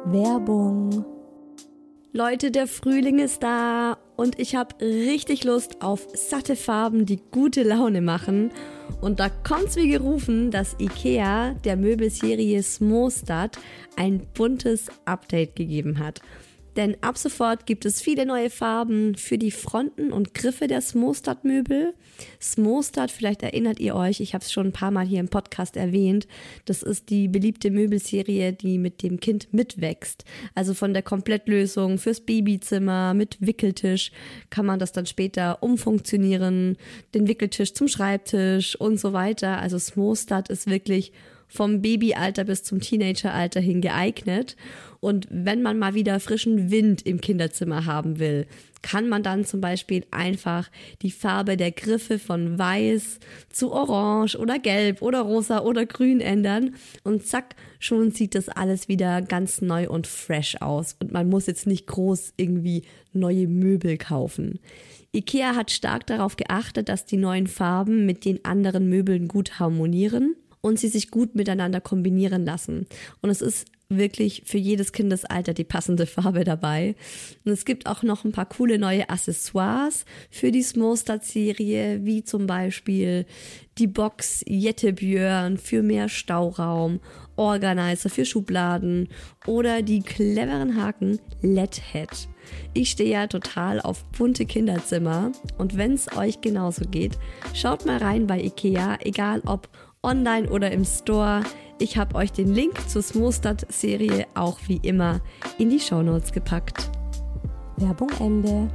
Werbung. Leute, der Frühling ist da und ich habe richtig Lust auf satte Farben, die gute Laune machen. Und da kommt's wie gerufen, dass IKEA der Möbelserie Smostad ein buntes Update gegeben hat. Denn ab sofort gibt es viele neue Farben für die Fronten und Griffe der Smostad-Möbel. Smostad, vielleicht erinnert ihr euch, ich habe es schon ein paar Mal hier im Podcast erwähnt, das ist die beliebte Möbelserie, die mit dem Kind mitwächst. Also von der Komplettlösung fürs Babyzimmer mit Wickeltisch kann man das dann später umfunktionieren, den Wickeltisch zum Schreibtisch und so weiter. Also Smostad ist wirklich vom Babyalter bis zum Teenageralter hin geeignet. Und wenn man mal wieder frischen Wind im Kinderzimmer haben will, kann man dann zum Beispiel einfach die Farbe der Griffe von weiß zu orange oder gelb oder rosa oder grün ändern. Und zack, schon sieht das alles wieder ganz neu und fresh aus. Und man muss jetzt nicht groß irgendwie neue Möbel kaufen. IKEA hat stark darauf geachtet, dass die neuen Farben mit den anderen Möbeln gut harmonieren und sie sich gut miteinander kombinieren lassen. Und es ist wirklich für jedes Kindesalter die passende Farbe dabei. Und es gibt auch noch ein paar coole neue Accessoires für die Smostad-Serie, wie zum Beispiel die Box Jettebjörn für mehr Stauraum, Organizer für Schubladen oder die cleveren Haken LED-Head. Ich stehe ja total auf bunte Kinderzimmer und wenn es euch genauso geht, schaut mal rein bei IKEA, egal ob online oder im Store. Ich habe euch den Link zur Smostad-Serie auch wie immer in die Shownotes gepackt. Werbung Ende.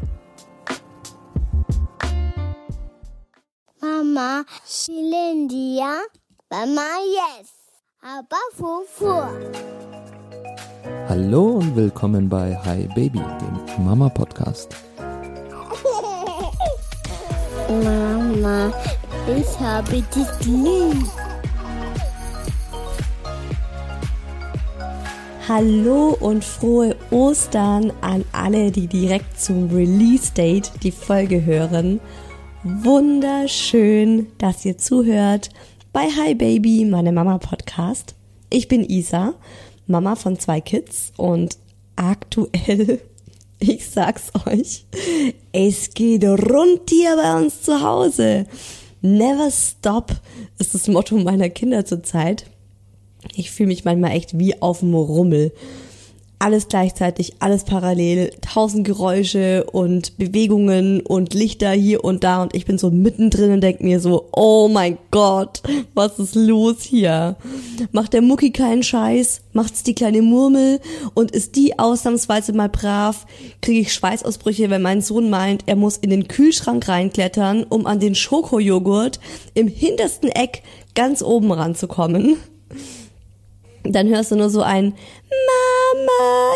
Mama, Shilindia, Mama, yes, aber Fufu. Hallo und willkommen bei Hi Baby, dem Mama-Podcast. Mama, ich habe dich lieb. Hallo und frohe Ostern an alle, die direkt zum Release-Date die Folge hören. Wunderschön, dass ihr zuhört bei Hi Baby, meinem Mama-Podcast. Ich bin Isa, Mama von 2 Kids und aktuell, ich sag's euch, es geht rund hier bei uns zu Hause. Never stop ist das Motto meiner Kinder zurzeit. Ich fühle mich manchmal echt wie auf dem Rummel. Alles gleichzeitig, alles parallel, 1000 Geräusche und Bewegungen und Lichter hier und da und ich bin so mittendrin und denke mir so, oh mein Gott, was ist los hier? Macht der Mucki keinen Scheiß? Macht's die kleine Murmel? Und ist die ausnahmsweise mal brav? Kriege ich Schweißausbrüche, wenn mein Sohn meint, er muss in den Kühlschrank reinklettern, um an den Schokojoghurt im hintersten Eck ganz oben ranzukommen? Dann hörst du nur so ein Mama,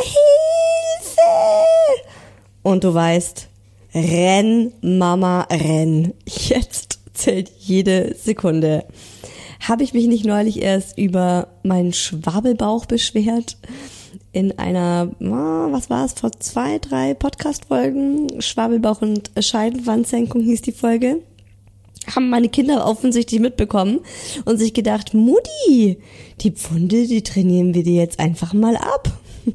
Hilfe! Und du weißt, renn, Mama, renn. Jetzt zählt jede Sekunde. Habe ich mich nicht neulich erst über meinen Schwabelbauch beschwert? In einer, was war es, vor 2, 3 Podcast-Folgen? Schwabelbauch und Scheidenwandsenkung hieß die Folge. Haben meine Kinder offensichtlich mitbekommen und sich gedacht, Mutti, die Pfunde, die trainieren wir dir jetzt einfach mal ab.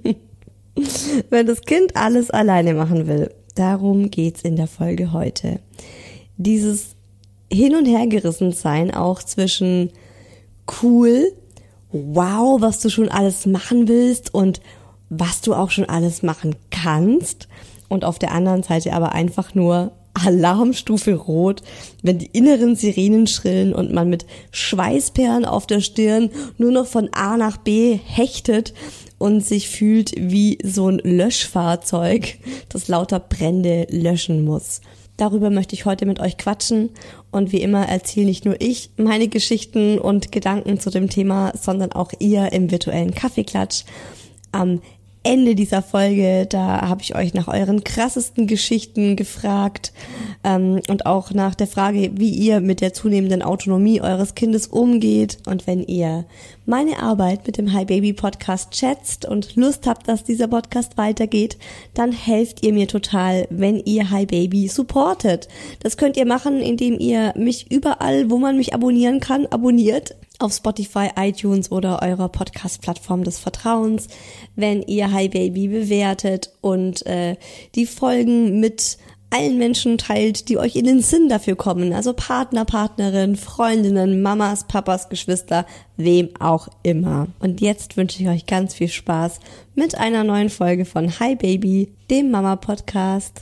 Wenn das Kind alles alleine machen will, darum geht's in der Folge heute. Dieses Hin- und Hergerissensein auch zwischen cool, wow, was du schon alles machen willst und was du auch schon alles machen kannst und auf der anderen Seite aber einfach nur Alarmstufe Rot, wenn die inneren Sirenen schrillen und man mit Schweißperlen auf der Stirn nur noch von A nach B hechtet und sich fühlt wie so ein Löschfahrzeug, das lauter Brände löschen muss. Darüber möchte ich heute mit euch quatschen und wie immer erzähle nicht nur ich meine Geschichten und Gedanken zu dem Thema, sondern auch ihr im virtuellen Kaffeeklatsch. Am Ende dieser Folge, da habe ich euch nach euren krassesten Geschichten gefragt und auch nach der Frage, wie ihr mit der zunehmenden Autonomie eures Kindes umgeht. Und wenn ihr meine Arbeit mit dem Hi Baby Podcast schätzt und Lust habt, dass dieser Podcast weitergeht, dann helft ihr mir total, wenn ihr Hi Baby supportet. Das könnt ihr machen, indem ihr mich überall, wo man mich abonnieren kann, abonniert. auf Spotify, iTunes oder eurer Podcast-Plattform des Vertrauens, wenn ihr Hi Baby bewertet und die Folgen mit allen Menschen teilt, die euch in den Sinn dafür kommen. Also Partner, Partnerin, Freundinnen, Mamas, Papas, Geschwister, wem auch immer. Und jetzt wünsche ich euch ganz viel Spaß mit einer neuen Folge von Hi Baby, dem Mama-Podcast.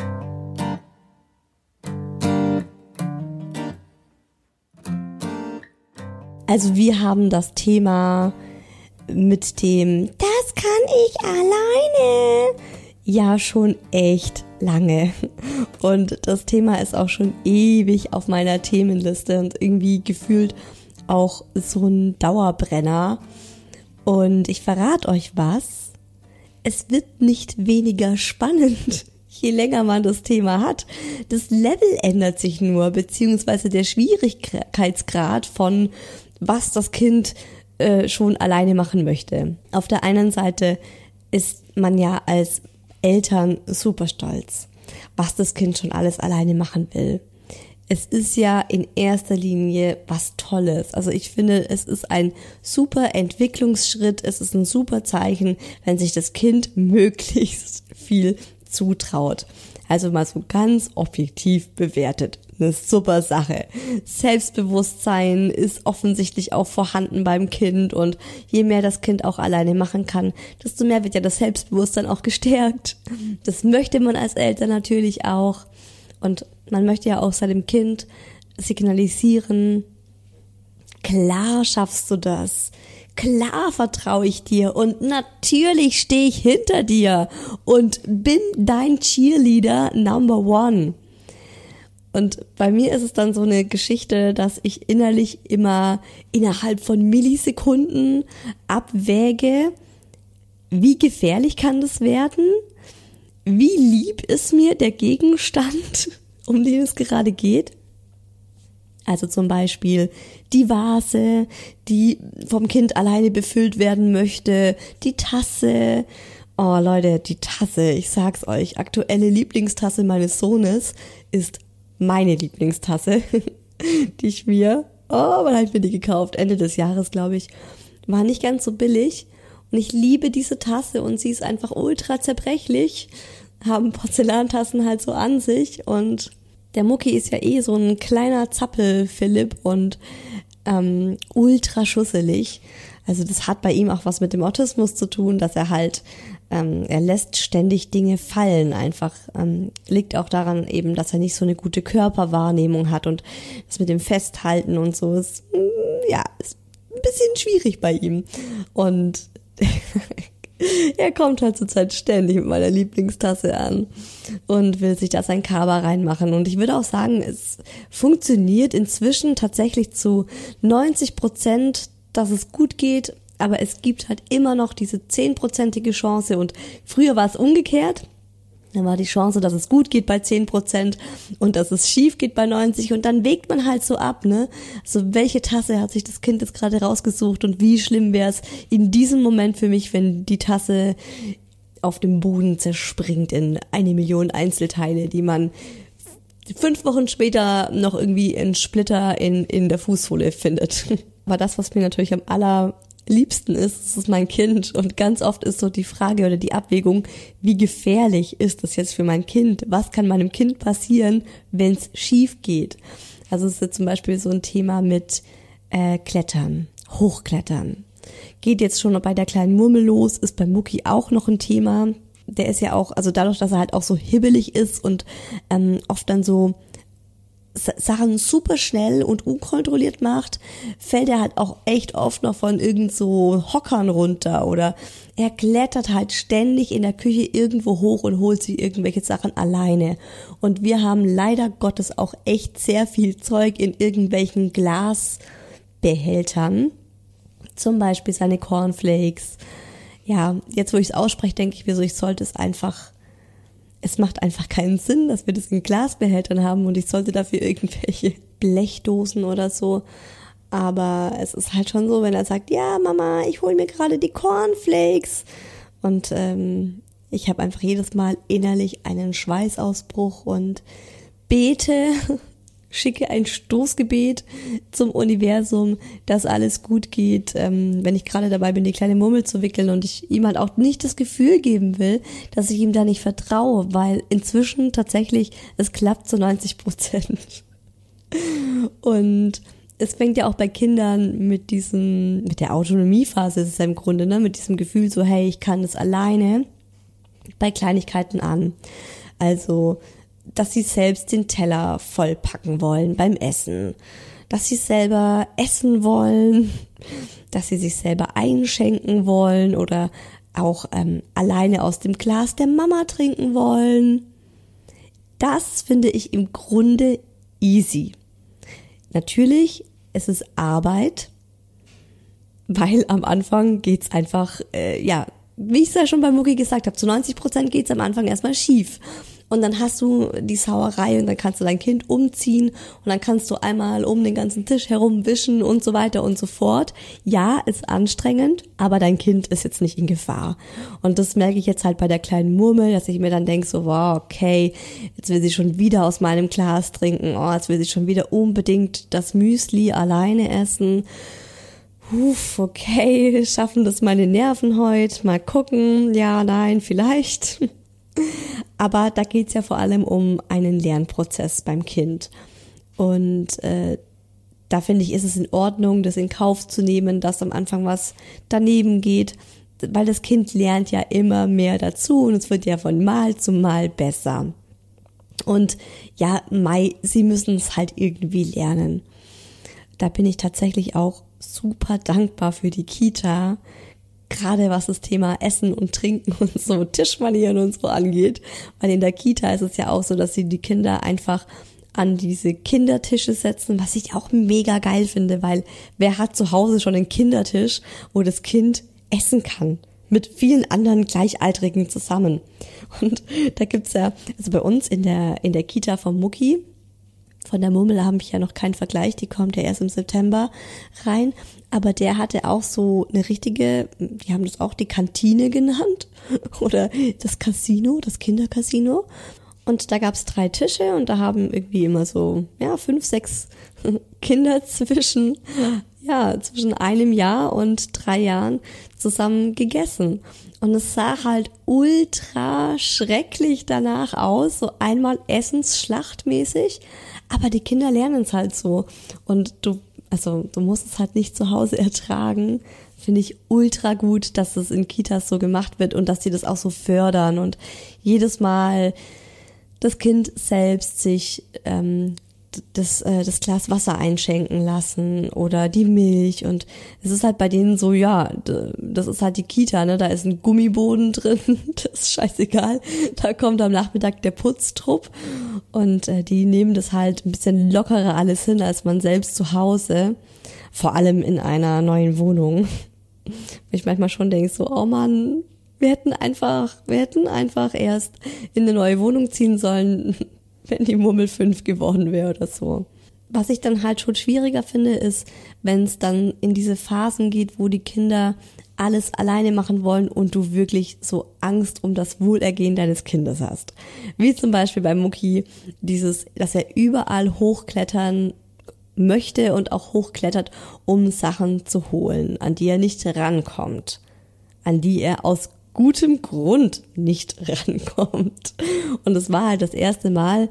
Also wir haben das Thema mit dem "Das kann ich alleine" ja schon echt lange. Und das Thema ist auch schon ewig auf meiner Themenliste und irgendwie gefühlt auch so ein Dauerbrenner. Und ich verrate euch was, es wird nicht weniger spannend, je länger man das Thema hat. Das Level ändert sich nur, beziehungsweise der Schwierigkeitsgrad von was das Kind schon alleine machen möchte. Auf der einen Seite ist man ja als Eltern super stolz, was das Kind schon alles alleine machen will. Es ist ja in erster Linie was Tolles. Also ich finde, es ist ein super Entwicklungsschritt, es ist ein super Zeichen, wenn sich das Kind möglichst viel zutraut. Also mal so ganz objektiv bewertet. Eine super Sache. Selbstbewusstsein ist offensichtlich auch vorhanden beim Kind und je mehr das Kind auch alleine machen kann, desto mehr wird ja das Selbstbewusstsein auch gestärkt. Das möchte man als Eltern natürlich auch und man möchte ja auch seinem Kind signalisieren, klar schaffst du das. Klar vertraue ich dir und natürlich stehe ich hinter dir und bin dein Cheerleader Number One. Und bei mir ist es dann so eine Geschichte, dass ich innerlich immer innerhalb von Millisekunden abwäge, wie gefährlich kann das werden? Wie lieb ist mir der Gegenstand, um den es gerade geht? Also zum Beispiel die Vase, die vom Kind alleine befüllt werden möchte, die Tasse. Oh Leute, die Tasse, ich sag's euch, aktuelle Lieblingstasse meines Sohnes ist meine Lieblingstasse, die ich mir, wann habe ich mir die gekauft? Ende des Jahres, glaube ich. War nicht ganz so billig und ich liebe diese Tasse und sie ist einfach ultra zerbrechlich. Haben Porzellantassen halt so an sich und der Mucki ist ja eh so ein kleiner Zappel-Philipp und ultra schusselig. Also das hat bei ihm auch was mit dem Autismus zu tun, dass er halt, er lässt ständig Dinge fallen einfach. Liegt auch daran eben, dass er nicht so eine gute Körperwahrnehmung hat und das mit dem Festhalten und so ist, ist ein bisschen schwierig bei ihm. Und er kommt halt zurzeit ständig mit meiner Lieblingstasse an und will sich da sein Kaba reinmachen. Und ich würde auch sagen, es funktioniert inzwischen tatsächlich zu 90%, dass es gut geht. Aber es gibt halt immer noch diese 10%ige Chance. Und früher war es umgekehrt. Da war die Chance, dass es gut geht bei 10% und dass es schief geht bei 90%. Und dann wägt man halt so ab, ne? Also welche Tasse hat sich das Kind jetzt gerade rausgesucht und wie schlimm wäre es in diesem Moment für mich, wenn die Tasse auf dem Boden zerspringt in 1 Million Einzelteile, die man 5 Wochen später noch irgendwie in Splitter in der Fußsohle findet. Aber das, was mir natürlich am allerliebsten ist, ist mein Kind. Und ganz oft ist so die Frage oder die Abwägung, wie gefährlich ist das jetzt für mein Kind? Was kann meinem Kind passieren, wenn es schief geht? Also es ist jetzt zum Beispiel so ein Thema mit Klettern, Hochklettern. Geht jetzt schon bei der kleinen Murmel los, ist bei Mucki auch noch ein Thema. Der ist ja auch, also dadurch, dass er halt auch so hibbelig ist und oft dann so Sachen super schnell und unkontrolliert macht, fällt er halt auch echt oft noch von irgend so Hockern runter oder er klettert halt ständig in der Küche irgendwo hoch und holt sich irgendwelche Sachen alleine. Und wir haben leider Gottes auch echt sehr viel Zeug in irgendwelchen Glasbehältern, zum Beispiel seine Cornflakes. Ja, jetzt wo ich es ausspreche, denke ich mir so, es macht einfach keinen Sinn, dass wir das in Glasbehältern haben und ich sollte dafür irgendwelche Blechdosen oder so. Aber es ist halt schon so, wenn er sagt, ja Mama, ich hole mir gerade die Cornflakes. Und ich habe einfach jedes Mal innerlich einen Schweißausbruch und bete, schicke ein Stoßgebet zum Universum, dass alles gut geht, wenn ich gerade dabei bin, die kleine Murmel zu wickeln und ich ihm halt auch nicht das Gefühl geben will, dass ich ihm da nicht vertraue, weil inzwischen tatsächlich es klappt zu 90%. Und es fängt ja auch bei Kindern mit der Autonomiephase ist es ja im Grunde, ne, mit diesem Gefühl so, hey, ich kann das alleine, bei Kleinigkeiten an. Also, dass sie selbst den Teller vollpacken wollen beim Essen, dass sie selber essen wollen, dass sie sich selber einschenken wollen oder auch alleine aus dem Glas der Mama trinken wollen. Das finde ich im Grunde easy. Natürlich, es ist Arbeit, weil am Anfang geht's einfach, wie ich es ja schon bei Mucki gesagt habe, zu 90% geht's am Anfang erstmal schief. Und dann hast du die Sauerei und dann kannst du dein Kind umziehen und dann kannst du einmal um den ganzen Tisch herum wischen und so weiter und so fort. Ja, ist anstrengend, aber dein Kind ist jetzt nicht in Gefahr. Und das merke ich jetzt halt bei der kleinen Murmel, dass ich mir dann denke so, wow, okay, jetzt will sie schon wieder aus meinem Glas trinken, jetzt will sie schon wieder unbedingt das Müsli alleine essen. Okay, schaffen das meine Nerven heute? Mal gucken, ja, nein, vielleicht. Aber da geht's ja vor allem um einen Lernprozess beim Kind. Und da finde ich, ist es in Ordnung, das in Kauf zu nehmen, dass am Anfang was daneben geht, weil das Kind lernt ja immer mehr dazu und es wird ja von Mal zu Mal besser. Und ja, sie müssen es halt irgendwie lernen. Da bin ich tatsächlich auch super dankbar für die Kita, gerade was das Thema Essen und Trinken und so Tischmanieren und so angeht, weil in der Kita ist es ja auch so, dass sie die Kinder einfach an diese Kindertische setzen, was ich auch mega geil finde, weil wer hat zu Hause schon einen Kindertisch, wo das Kind essen kann, mit vielen anderen Gleichaltrigen zusammen. Und da gibt's ja, also bei uns in der Kita von Mucki, von der Murmel habe ich ja noch keinen Vergleich, die kommt ja erst im September rein, aber der hatte auch so eine richtige, die haben das auch die Kantine genannt oder das Casino, das Kindercasino, und da gab's 3 Tische und da haben irgendwie immer so 5, 6 Kinder zwischen einem Jahr und 3 Jahren zusammen gegessen. Und es sah halt ultra schrecklich danach aus, so einmal essensschlachtmäßig, aber die Kinder lernen es halt so. Und du musst es halt nicht zu Hause ertragen. Finde ich ultra gut, dass es in Kitas so gemacht wird und dass die das auch so fördern und jedes Mal das Kind selbst sich das Glas Wasser einschenken lassen oder die Milch, und es ist halt bei denen so, das ist halt die Kita, ne, da ist ein Gummiboden drin, das ist scheißegal, da kommt am Nachmittag der Putztrupp und die nehmen das halt ein bisschen lockerer alles hin als man selbst zu Hause, vor allem in einer neuen Wohnung. Ich manchmal schon denke so, oh Mann, wir hätten einfach erst in eine neue Wohnung ziehen sollen, wenn die Murmel 5 geworden wäre oder so. Was ich dann halt schon schwieriger finde, ist, wenn es dann in diese Phasen geht, wo die Kinder alles alleine machen wollen und du wirklich so Angst um das Wohlergehen deines Kindes hast. Wie zum Beispiel bei Mucki, dass er überall hochklettern möchte und auch hochklettert, um Sachen zu holen, an die er nicht rankommt, an die er aus gutem Grund nicht rankommt. Und es war halt das erste Mal,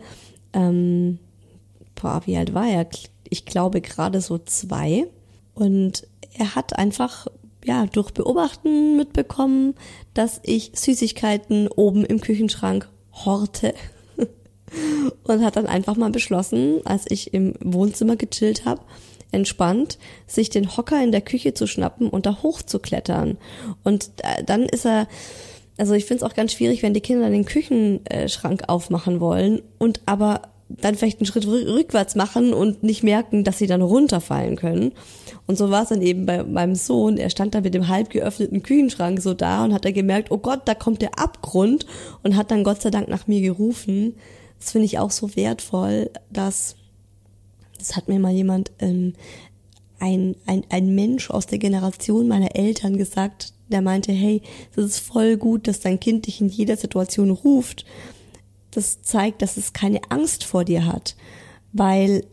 wie alt war er? Ich glaube gerade so 2. Und er hat einfach, durch Beobachten mitbekommen, dass ich Süßigkeiten oben im Küchenschrank horte. Und hat dann einfach mal beschlossen, als ich im Wohnzimmer gechillt habe, entspannt, sich den Hocker in der Küche zu schnappen und da hochzuklettern. Und dann ist er, also ich finde es auch ganz schwierig, wenn die Kinder den Küchenschrank aufmachen wollen und aber dann vielleicht einen Schritt rückwärts machen und nicht merken, dass sie dann runterfallen können. Und so war es dann eben bei meinem Sohn. Er stand da mit dem halb geöffneten Küchenschrank so da und hat dann gemerkt, oh Gott, da kommt der Abgrund, und hat dann Gott sei Dank nach mir gerufen. Das finde ich auch so wertvoll, das hat mir mal jemand, ein Mensch aus der Generation meiner Eltern gesagt, der meinte, hey, das ist voll gut, dass dein Kind dich in jeder Situation ruft. Das zeigt, dass es keine Angst vor dir hat, weil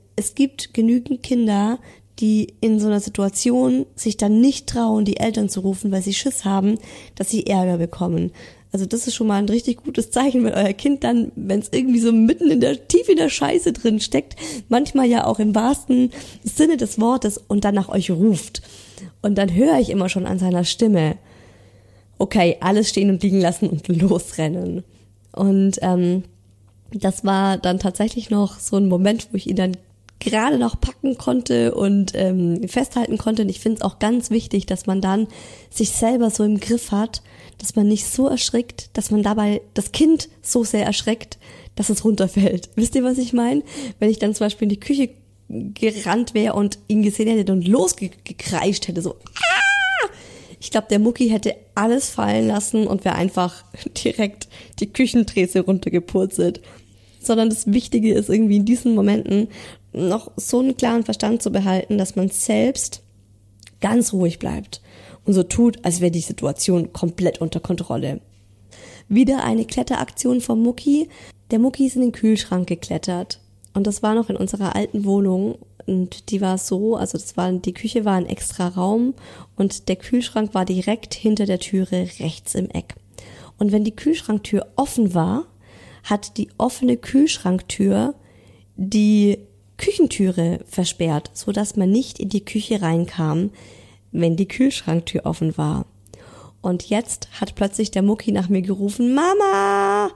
es gibt genügend Kinder, die in so einer Situation sich dann nicht trauen, die Eltern zu rufen, weil sie Schiss haben, dass sie Ärger bekommen. Also das ist schon mal ein richtig gutes Zeichen, wenn euer Kind dann, wenn es irgendwie so mitten tief in der Scheiße drin steckt, manchmal ja auch im wahrsten Sinne des Wortes und dann nach euch ruft. Und dann höre ich immer schon an seiner Stimme, okay, alles stehen und liegen lassen und losrennen. Und das war dann tatsächlich noch so ein Moment, wo ich ihn dann gerade noch packen konnte und festhalten konnte. Und ich finde es auch ganz wichtig, dass man dann sich selber so im Griff hat, dass man nicht so erschrickt, dass man dabei das Kind so sehr erschreckt, dass es runterfällt. Wisst ihr, was ich meine? Wenn ich dann zum Beispiel in die Küche gerannt wäre und ihn gesehen hätte und losgekreischt hätte, so ich glaube, der Mucki hätte alles fallen lassen und wäre einfach direkt die Küchentrese runtergepurzelt. Sondern das Wichtige ist irgendwie in diesen Momenten noch so einen klaren Verstand zu behalten, dass man selbst ganz ruhig bleibt und so tut, als wäre die Situation komplett unter Kontrolle. Wieder eine Kletteraktion vom Mucki. Der Mucki ist in den Kühlschrank geklettert und das war noch in unserer alten Wohnung und die war so, also die Küche war ein extra Raum und der Kühlschrank war direkt hinter der Türe rechts im Eck. Und wenn die Kühlschranktür offen war, hat die offene Kühlschranktür die Küchentüre versperrt, so dass man nicht in die Küche reinkam, wenn die Kühlschranktür offen war. Und jetzt hat plötzlich der Mucki nach mir gerufen, Mama,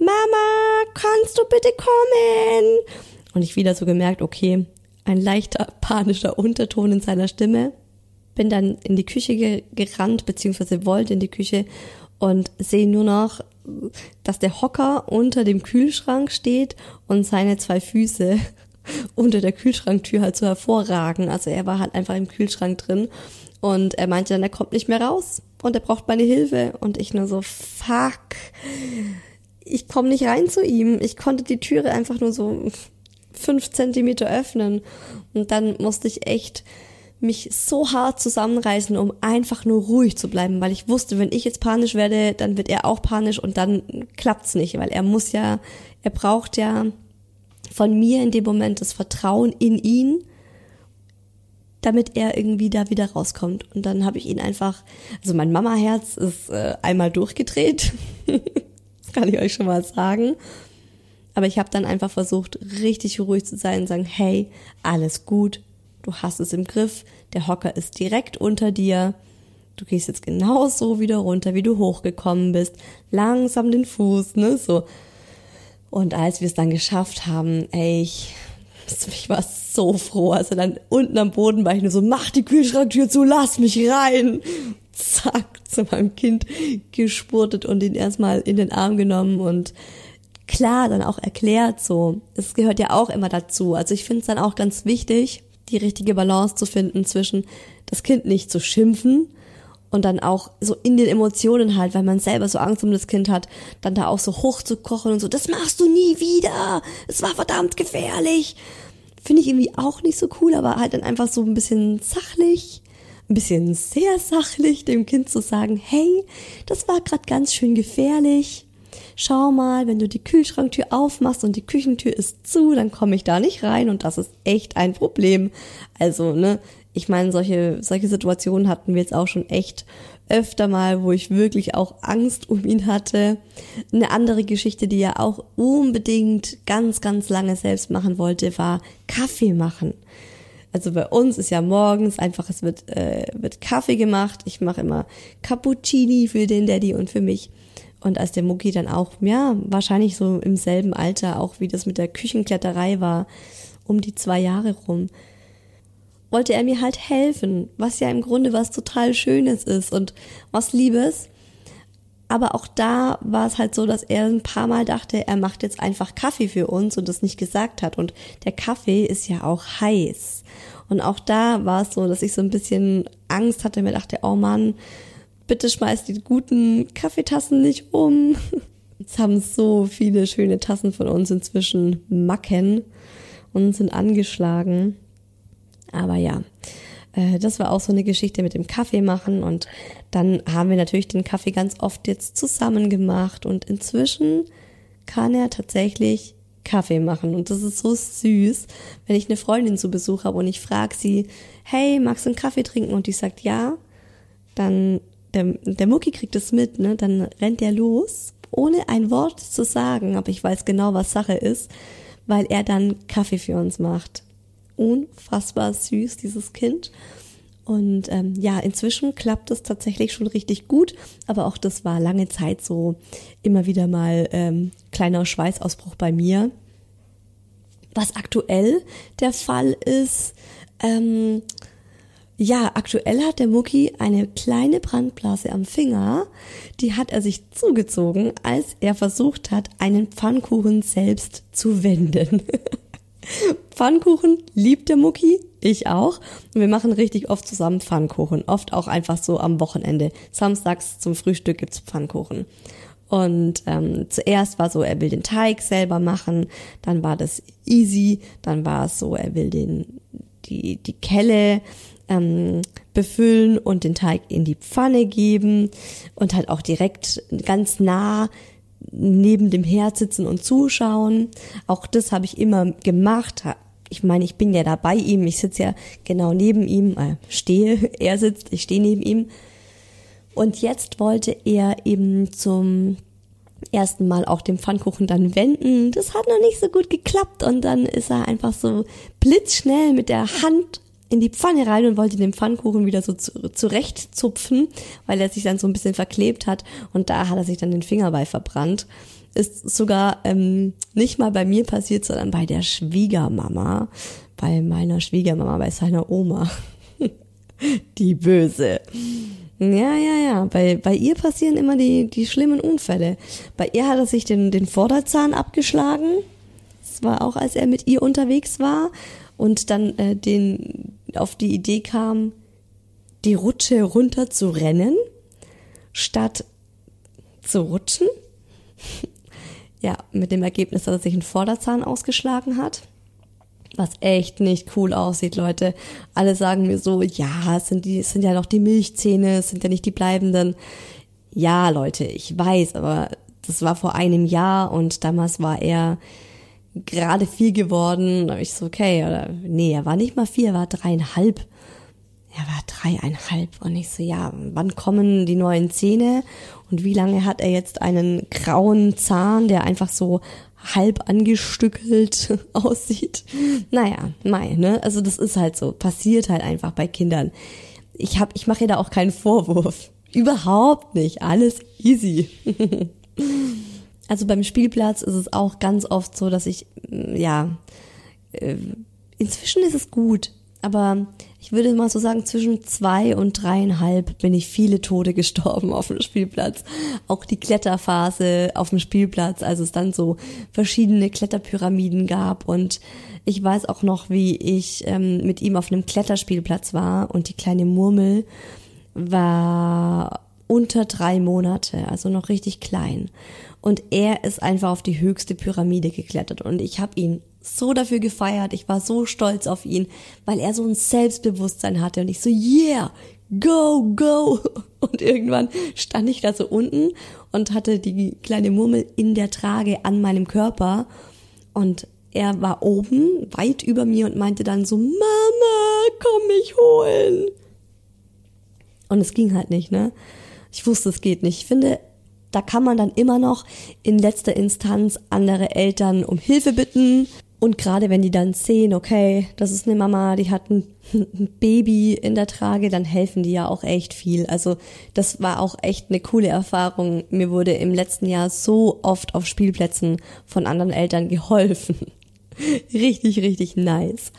kannst du bitte kommen? Und ich wieder so gemerkt, okay, ein leichter panischer Unterton in seiner Stimme. Bin dann in die Küche gerannt, beziehungsweise wollte in die Küche und sehe nur noch, dass der Hocker unter dem Kühlschrank steht und seine 2 Füße unter der Kühlschranktür halt so hervorragen. Also er war halt einfach im Kühlschrank drin und er meinte dann, er kommt nicht mehr raus und er braucht meine Hilfe. Und ich nur so, fuck, ich komme nicht rein zu ihm. Ich konnte die Türe einfach nur so 5 Zentimeter öffnen und dann musste ich echt mich so hart zusammenreißen, um einfach nur ruhig zu bleiben, weil ich wusste, wenn ich jetzt panisch werde, dann wird er auch panisch und dann klappt's nicht, weil er braucht ja von mir in dem Moment das Vertrauen in ihn, damit er irgendwie da wieder rauskommt. Und dann habe ich ihn einfach, also mein Mama-Herz ist einmal durchgedreht, das kann ich euch schon mal sagen. Aber ich habe dann einfach versucht, richtig ruhig zu sein und sagen, hey, alles gut, du hast es im Griff, der Hocker ist direkt unter dir, du gehst jetzt genauso wieder runter, wie du hochgekommen bist, langsam den Fuß, ne, so. Und als wir es dann geschafft haben, ich war so froh, also dann unten am Boden war ich nur so, mach die Kühlschranktür zu, lass mich rein. Zack, zu meinem Kind gespurtet und ihn erstmal in den Arm genommen und klar dann auch erklärt so. Es gehört ja auch immer dazu. Also ich finde es dann auch ganz wichtig, die richtige Balance zu finden zwischen das Kind nicht zu schimpfen und dann auch so in den Emotionen halt, weil man selber so Angst um das Kind hat, dann da auch so hochzukochen und so, das machst du nie wieder, es war verdammt gefährlich. Finde ich irgendwie auch nicht so cool, aber halt dann einfach so ein bisschen sachlich, ein bisschen sehr sachlich dem Kind zu sagen, hey, das war gerade ganz schön gefährlich. Schau mal, wenn du die Kühlschranktür aufmachst und die Küchentür ist zu, dann komme ich da nicht rein und das ist echt ein Problem. Also, ne, ich meine, solche Situationen hatten wir jetzt auch schon echt öfter mal, wo ich wirklich auch Angst um ihn hatte. Eine andere Geschichte, die er auch unbedingt ganz, ganz lange selbst machen wollte, war Kaffee machen. Also bei uns ist ja morgens einfach, es wird Kaffee gemacht. Ich mache immer Cappuccini für den Daddy und für mich. Und als der Mucki dann auch, ja, wahrscheinlich so im selben Alter, auch wie das mit der Küchenkletterei war, um die 2 Jahre rum, wollte er mir halt helfen, was ja im Grunde was total Schönes ist und was Liebes. Aber auch da war es halt so, dass er ein paar Mal dachte, er macht jetzt einfach Kaffee für uns und das nicht gesagt hat. Und der Kaffee ist ja auch heiß. Und auch da war es so, dass ich so ein bisschen Angst hatte, mir dachte, oh Mann, bitte schmeiß die guten Kaffeetassen nicht um. Jetzt haben so viele schöne Tassen von uns inzwischen Macken und sind angeschlagen. Aber ja, das war auch so eine Geschichte mit dem Kaffee machen und dann haben wir natürlich den Kaffee ganz oft jetzt zusammen gemacht und inzwischen kann er tatsächlich Kaffee machen. Und das ist so süß, wenn ich eine Freundin zu Besuch habe und ich frage sie, hey, magst du einen Kaffee trinken? Und die sagt ja, dann der Mucki kriegt es mit, ne? Dann rennt er los, ohne ein Wort zu sagen, aber ich weiß genau, was Sache ist, weil er dann Kaffee für uns macht. Unfassbar süß, dieses Kind. Und inzwischen klappt es tatsächlich schon richtig gut, aber auch das war lange Zeit so immer wieder mal kleiner Schweißausbruch bei mir. Was aktuell der Fall ist, aktuell hat der Mucki eine kleine Brandblase am Finger, die hat er sich zugezogen, als er versucht hat, einen Pfannkuchen selbst zu wenden. Pfannkuchen liebt der Mucki, ich auch. Und wir machen richtig oft zusammen Pfannkuchen. Oft auch einfach so am Wochenende. Samstags zum Frühstück gibt's Pfannkuchen. Und zuerst war so, er will den Teig selber machen. Dann war das easy. Dann war es so, er will die Kelle befüllen und den Teig in die Pfanne geben. Und halt auch direkt ganz nah neben dem Herd sitzen und zuschauen. Auch das habe ich immer gemacht. Ich meine, ich bin ja da bei ihm. Ich sitze ja genau neben ihm, er sitzt, ich stehe neben ihm. Und jetzt wollte er eben zum ersten Mal auch den Pfannkuchen dann wenden. Das hat noch nicht so gut geklappt und dann ist er einfach so blitzschnell mit der Hand in die Pfanne rein und wollte den Pfannkuchen wieder so zurechtzupfen, weil er sich dann so ein bisschen verklebt hat und da hat er sich dann den Finger bei verbrannt. Ist sogar nicht mal bei mir passiert, sondern bei der Schwiegermama, bei meiner Schwiegermama, bei seiner Oma. Die Böse. Ja. Bei ihr passieren immer die schlimmen Unfälle. Bei ihr hat er sich den Vorderzahn abgeschlagen. Das war auch, als er mit ihr unterwegs war und dann auf die Idee kam, die Rutsche runter zu rennen, statt zu rutschen. Ja, mit dem Ergebnis, dass er sich einen Vorderzahn ausgeschlagen hat. Was echt nicht cool aussieht, Leute. Alle sagen mir so, ja, es sind ja noch die Milchzähne, es sind ja nicht die bleibenden. Ja, Leute, ich weiß, aber das war vor einem Jahr und damals war er gerade 4 geworden. Da habe ich so, okay, oder nee, er war nicht mal 4, er war 3,5. Er war 3,5 und ich so, ja, wann kommen die neuen Zähne und wie lange hat er jetzt einen grauen Zahn, der einfach so halb angestückelt aussieht? Naja, ne, also das ist halt so, passiert halt einfach bei Kindern. Ich mache ihr da auch keinen Vorwurf. Überhaupt nicht, alles easy. Also beim Spielplatz ist es auch ganz oft so, dass ich, inzwischen ist es gut, aber ich würde mal so sagen, zwischen 2 und 3,5 bin ich viele Tode gestorben auf dem Spielplatz. Auch die Kletterphase auf dem Spielplatz, als es dann so verschiedene Kletterpyramiden gab. Und ich weiß auch noch, wie ich mit ihm auf einem Kletterspielplatz war und die kleine Murmel war unter 3 Monate, also noch richtig klein. Und er ist einfach auf die höchste Pyramide geklettert und ich habe ihn so dafür gefeiert, ich war so stolz auf ihn, weil er so ein Selbstbewusstsein hatte und ich so, yeah, go. Und irgendwann stand ich da so unten und hatte die kleine Murmel in der Trage an meinem Körper und er war oben, weit über mir und meinte dann so, Mama, komm mich holen. Und es ging halt nicht, ne? Ich wusste, es geht nicht. Ich finde, da kann man dann immer noch in letzter Instanz andere Eltern um Hilfe bitten. Und gerade wenn die dann sehen, okay, das ist eine Mama, die hat ein Baby in der Trage, dann helfen die ja auch echt viel. Also das war auch echt eine coole Erfahrung. Mir wurde im letzten Jahr so oft auf Spielplätzen von anderen Eltern geholfen. Richtig, richtig nice.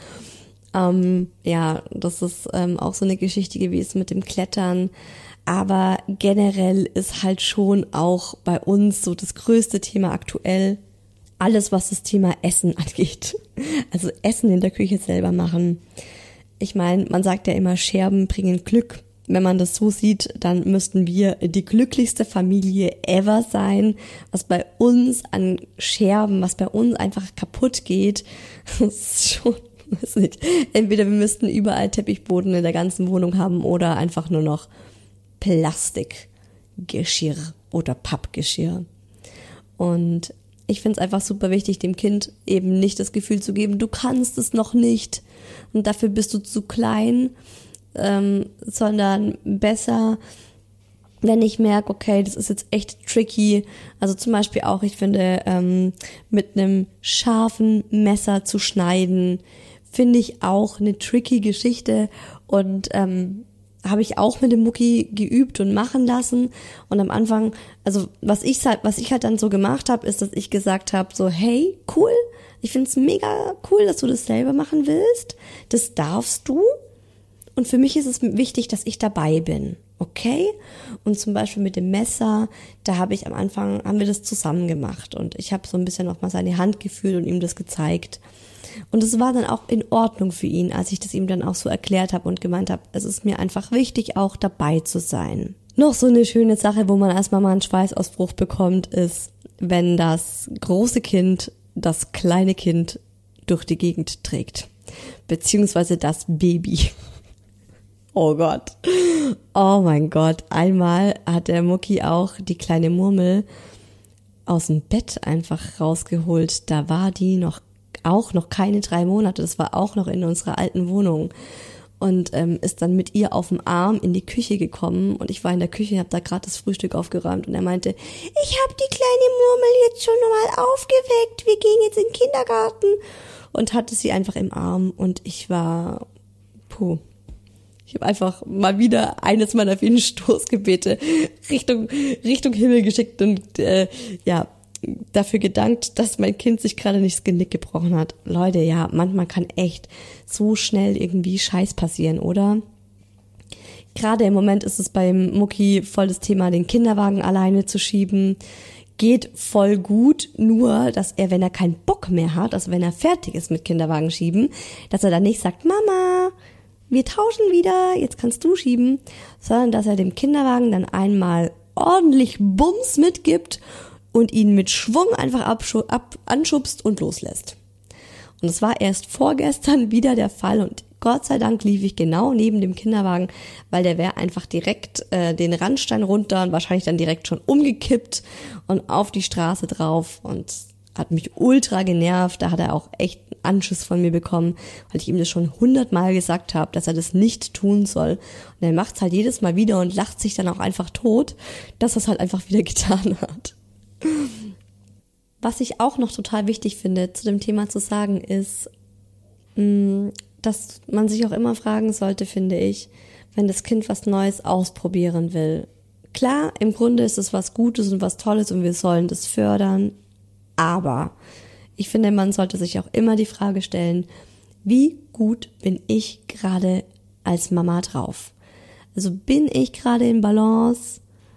Das ist auch so eine Geschichte gewesen mit dem Klettern. Aber generell ist halt schon auch bei uns so das größte Thema aktuell alles, was das Thema Essen angeht. Also Essen in der Küche selber machen. Ich meine, man sagt ja immer, Scherben bringen Glück. Wenn man das so sieht, dann müssten wir die glücklichste Familie ever sein. Was bei uns an Scherben, was bei uns einfach kaputt geht, das ist schon, weiß nicht. Entweder wir müssten überall Teppichboden in der ganzen Wohnung haben oder einfach nur noch Plastikgeschirr oder Pappgeschirr. Und ich finde es einfach super wichtig, dem Kind eben nicht das Gefühl zu geben, du kannst es noch nicht und dafür bist du zu klein, sondern besser, wenn ich merke, okay, das ist jetzt echt tricky, also zum Beispiel auch, ich finde, mit einem scharfen Messer zu schneiden, finde ich auch eine tricky Geschichte und habe ich auch mit dem Mucki geübt und machen lassen und am Anfang, also was ich halt dann so gemacht habe, ist, dass ich gesagt habe, so hey, cool, ich finde es mega cool, dass du das selber machen willst, das darfst du und für mich ist es wichtig, dass ich dabei bin, okay? Und zum Beispiel mit dem Messer, da haben wir das zusammen gemacht und ich habe so ein bisschen auch mal seine Hand gefühlt und ihm das gezeigt. Und es war dann auch in Ordnung für ihn, als ich das ihm dann auch so erklärt habe und gemeint habe, es ist mir einfach wichtig, auch dabei zu sein. Noch so eine schöne Sache, wo man als Mama einen Schweißausbruch bekommt, ist, wenn das große Kind das kleine Kind durch die Gegend trägt. Beziehungsweise das Baby. Oh Gott. Oh mein Gott. Einmal hat der Mucki auch die kleine Murmel aus dem Bett einfach rausgeholt. Da war die noch keine 3 Monate, das war auch noch in unserer alten Wohnung und ist dann mit ihr auf dem Arm in die Küche gekommen und ich war in der Küche und habe da gerade das Frühstück aufgeräumt und er meinte, ich habe die kleine Murmel jetzt schon mal aufgeweckt, wir gehen jetzt in den Kindergarten und hatte sie einfach im Arm und ich war, ich habe einfach mal wieder eines meiner vielen Stoßgebete Richtung Himmel geschickt und dafür gedankt, dass mein Kind sich gerade nicht das Genick gebrochen hat. Leute, ja, manchmal kann echt so schnell irgendwie Scheiß passieren, oder? Gerade im Moment ist es beim Mucki voll das Thema, den Kinderwagen alleine zu schieben. Geht voll gut, nur, dass er, wenn er keinen Bock mehr hat, also wenn er fertig ist mit Kinderwagen schieben, dass er dann nicht sagt, Mama, wir tauschen wieder, jetzt kannst du schieben, sondern dass er dem Kinderwagen dann einmal ordentlich Bums mitgibt und ihn mit Schwung einfach anschubst und loslässt. Und es war erst vorgestern wieder der Fall und Gott sei Dank lief ich genau neben dem Kinderwagen, weil der wäre einfach direkt den Randstein runter und wahrscheinlich dann direkt schon umgekippt und auf die Straße drauf und hat mich ultra genervt. Da hat er auch echt einen Anschiss von mir bekommen, weil ich ihm das schon 100-mal gesagt habe, dass er das nicht tun soll. Und er macht es halt jedes Mal wieder und lacht sich dann auch einfach tot, dass er es halt einfach wieder getan hat. Was ich auch noch total wichtig finde, zu dem Thema zu sagen, ist, dass man sich auch immer fragen sollte, finde ich, wenn das Kind was Neues ausprobieren will. Klar, im Grunde ist es was Gutes und was Tolles und wir sollen das fördern, aber ich finde, man sollte sich auch immer die Frage stellen, wie gut bin ich gerade als Mama drauf? Also bin ich gerade in Balance?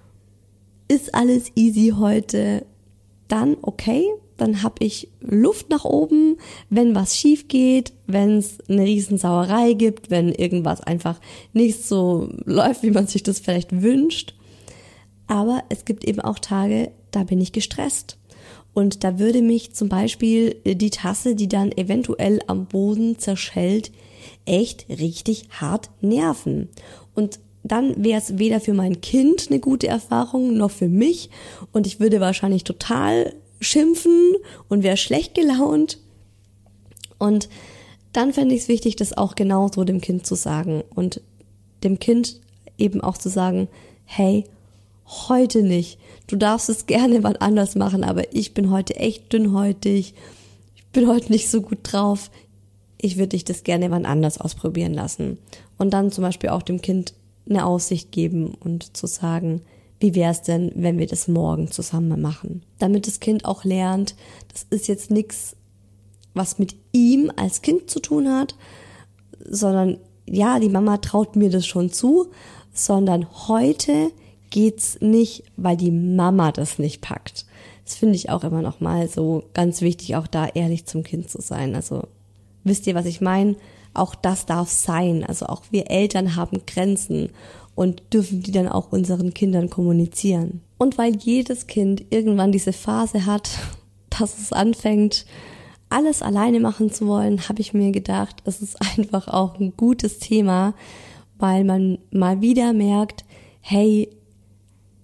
Ist alles easy heute? Dann okay, dann habe ich Luft nach oben, wenn was schief geht, wenn es eine Riesensauerei gibt, wenn irgendwas einfach nicht so läuft, wie man sich das vielleicht wünscht. Aber es gibt eben auch Tage, da bin ich gestresst. Und da würde mich zum Beispiel die Tasse, die dann eventuell am Boden zerschellt, echt richtig hart nerven. Und dann wäre es weder für mein Kind eine gute Erfahrung, noch für mich. Und ich würde wahrscheinlich total schimpfen und wäre schlecht gelaunt. Und dann fände ich es wichtig, das auch genauso dem Kind zu sagen. Und dem Kind eben auch zu sagen, hey, heute nicht. Du darfst es gerne wann anders machen, aber ich bin heute echt dünnhäutig. Ich bin heute nicht so gut drauf. Ich würde dich das gerne wann anders ausprobieren lassen. Und dann zum Beispiel auch dem Kind eine Aussicht geben und zu sagen, wie wäre es denn, wenn wir das morgen zusammen machen? Damit das Kind auch lernt, das ist jetzt nichts, was mit ihm als Kind zu tun hat, sondern ja, die Mama traut mir das schon zu, sondern heute geht's nicht, weil die Mama das nicht packt. Das finde ich auch immer noch mal so ganz wichtig, auch da ehrlich zum Kind zu sein. Also wisst ihr, was ich meine? Auch das darf sein. Also auch wir Eltern haben Grenzen und dürfen die dann auch unseren Kindern kommunizieren. Und weil jedes Kind irgendwann diese Phase hat, dass es anfängt, alles alleine machen zu wollen, habe ich mir gedacht, es ist einfach auch ein gutes Thema, weil man mal wieder merkt, hey,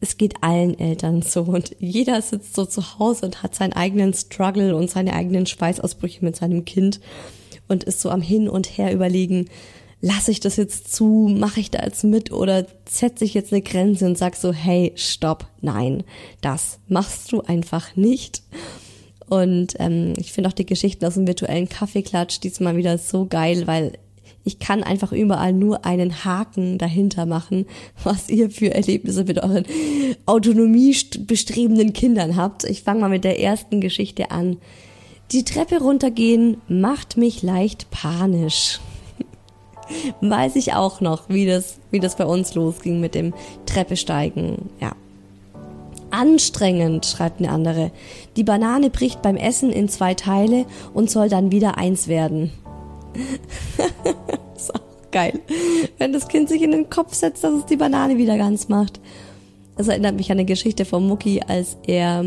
es geht allen Eltern so und jeder sitzt so zu Hause und hat seinen eigenen Struggle und seine eigenen Schweißausbrüche mit seinem Kind und ist so am Hin und Her überlegen, lasse ich das jetzt zu, mache ich da jetzt mit oder setze ich jetzt eine Grenze und sag so, hey, stopp, nein, das machst du einfach nicht. Und ich finde auch die Geschichten aus dem virtuellen Kaffeeklatsch diesmal wieder so geil, weil ich kann einfach überall nur einen Haken dahinter machen, was ihr für Erlebnisse mit euren autonomiebestrebenden Kindern habt. Ich fange mal mit der ersten Geschichte an. Die Treppe runtergehen macht mich leicht panisch. Weiß ich auch noch, wie das bei uns losging mit dem Treppesteigen. Ja. Anstrengend, schreibt eine andere. Die Banane bricht beim Essen in 2 Teile und soll dann wieder 1 werden. Ist auch geil. Wenn das Kind sich in den Kopf setzt, dass es die Banane wieder ganz macht. Das erinnert mich an eine Geschichte von Mucki, als er,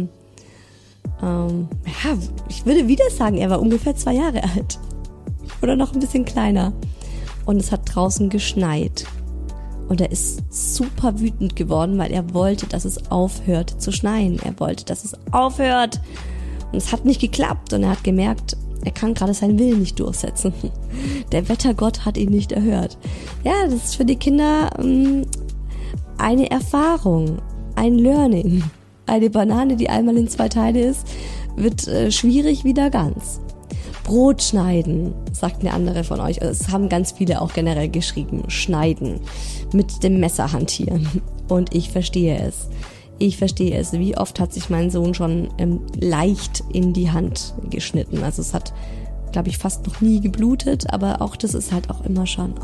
ich würde wieder sagen, er war ungefähr 2 Jahre alt. Oder noch ein bisschen kleiner. Und es hat draußen geschneit. Und er ist super wütend geworden, weil er wollte, dass es aufhört zu schneien. Er wollte, dass es aufhört. Und es hat nicht geklappt. Und er hat gemerkt, er kann gerade seinen Willen nicht durchsetzen. Der Wettergott hat ihn nicht erhört. Ja, das ist für die Kinder eine Erfahrung, ein Learning. Eine Banane, die einmal in 2 Teile ist, wird schwierig wieder ganz. Brot schneiden, sagt eine andere von euch. Es haben ganz viele auch generell geschrieben. Schneiden. Mit dem Messer hantieren. Und ich verstehe es. Wie oft hat sich mein Sohn schon leicht in die Hand geschnitten. Also es hat, glaube ich, fast noch nie geblutet. Aber auch das ist halt auch immer schon,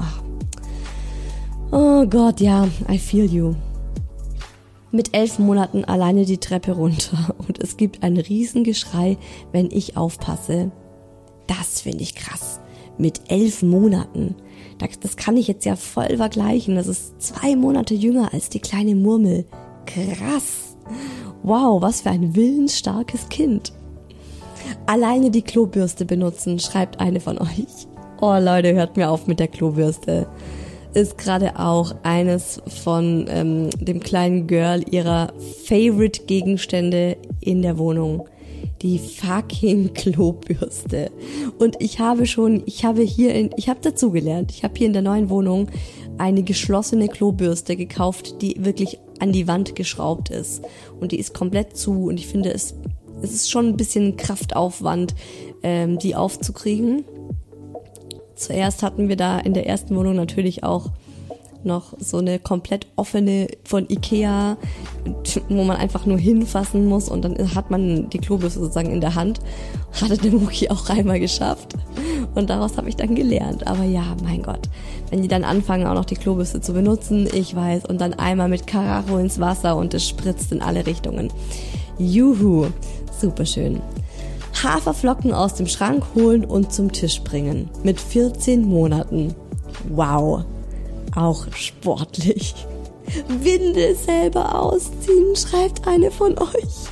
oh Gott, ja, I feel you. Mit 11 Monaten alleine die Treppe runter. Und es gibt ein Riesengeschrei, wenn ich aufpasse. Das finde ich krass. Mit 11 Monaten. Das kann ich jetzt ja voll vergleichen. Das ist 2 Monate jünger als die kleine Murmel. Krass. Wow, was für ein willensstarkes Kind. Alleine die Klobürste benutzen, schreibt eine von euch. Oh Leute, hört mir auf mit der Klobürste. Ist gerade auch eines von dem kleinen Girl ihrer Favorite-Gegenstände in der Wohnung. Die fucking Klobürste. Und ich habe dazugelernt. Ich habe hier in der neuen Wohnung eine geschlossene Klobürste gekauft, die wirklich an die Wand geschraubt ist. Und die ist komplett zu. Und ich finde, es ist schon ein bisschen Kraftaufwand, die aufzukriegen. Zuerst hatten wir da in der ersten Wohnung natürlich auch noch so eine komplett offene von Ikea, wo man einfach nur hinfassen muss und dann hat man die Klobürste sozusagen in der Hand. Hatte der Mucki auch einmal geschafft und daraus habe ich dann gelernt. Aber ja, mein Gott, wenn die dann anfangen auch noch die Klobürste zu benutzen, ich weiß, und dann einmal mit Karacho ins Wasser und es spritzt in alle Richtungen. Juhu, super schön. Haferflocken aus dem Schrank holen und zum Tisch bringen. Mit 14 Monaten. Wow. Auch sportlich. Windel selber ausziehen, schreibt eine von euch.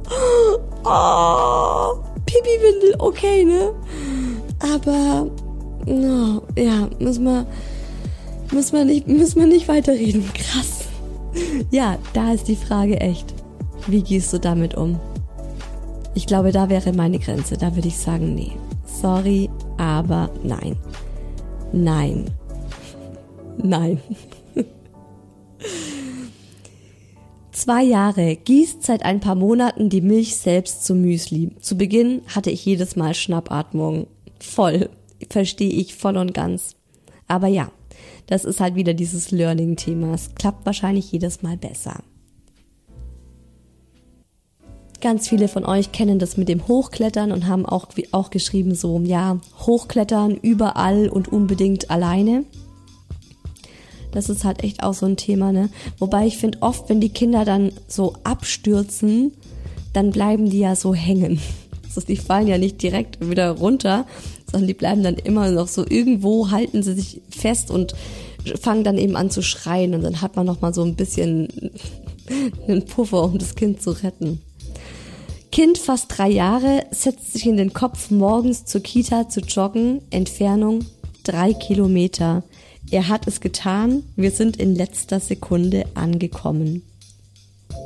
Oh, Pipi-Windel, okay, ne? Aber, no, ja, müssen wir nicht weiterreden. Krass. Ja, da ist die Frage echt. Wie gehst du damit um? Ich glaube, da wäre meine Grenze. Da würde ich sagen, nee. Sorry, aber nein. Nein. Nein. 2 Jahre, gießt seit ein paar Monaten die Milch selbst zum Müsli. Zu Beginn hatte ich jedes Mal Schnappatmung. Voll. Verstehe ich voll und ganz. Aber ja, das ist halt wieder dieses Learning-Thema. Es klappt wahrscheinlich jedes Mal besser. Ganz viele von euch kennen das mit dem Hochklettern und haben auch geschrieben so, ja, Hochklettern überall und unbedingt alleine. Das ist halt echt auch so ein Thema, ne? Wobei ich finde, oft, wenn die Kinder dann so abstürzen, dann bleiben die ja so hängen. Also die fallen ja nicht direkt wieder runter, sondern die bleiben dann immer noch so irgendwo, halten sie sich fest und fangen dann eben an zu schreien. Und dann hat man noch mal so ein bisschen einen Puffer, um das Kind zu retten. Kind fast 3 Jahre, setzt sich in den Kopf, morgens zur Kita zu joggen. Entfernung 3 Kilometer. Er hat es getan, wir sind in letzter Sekunde angekommen.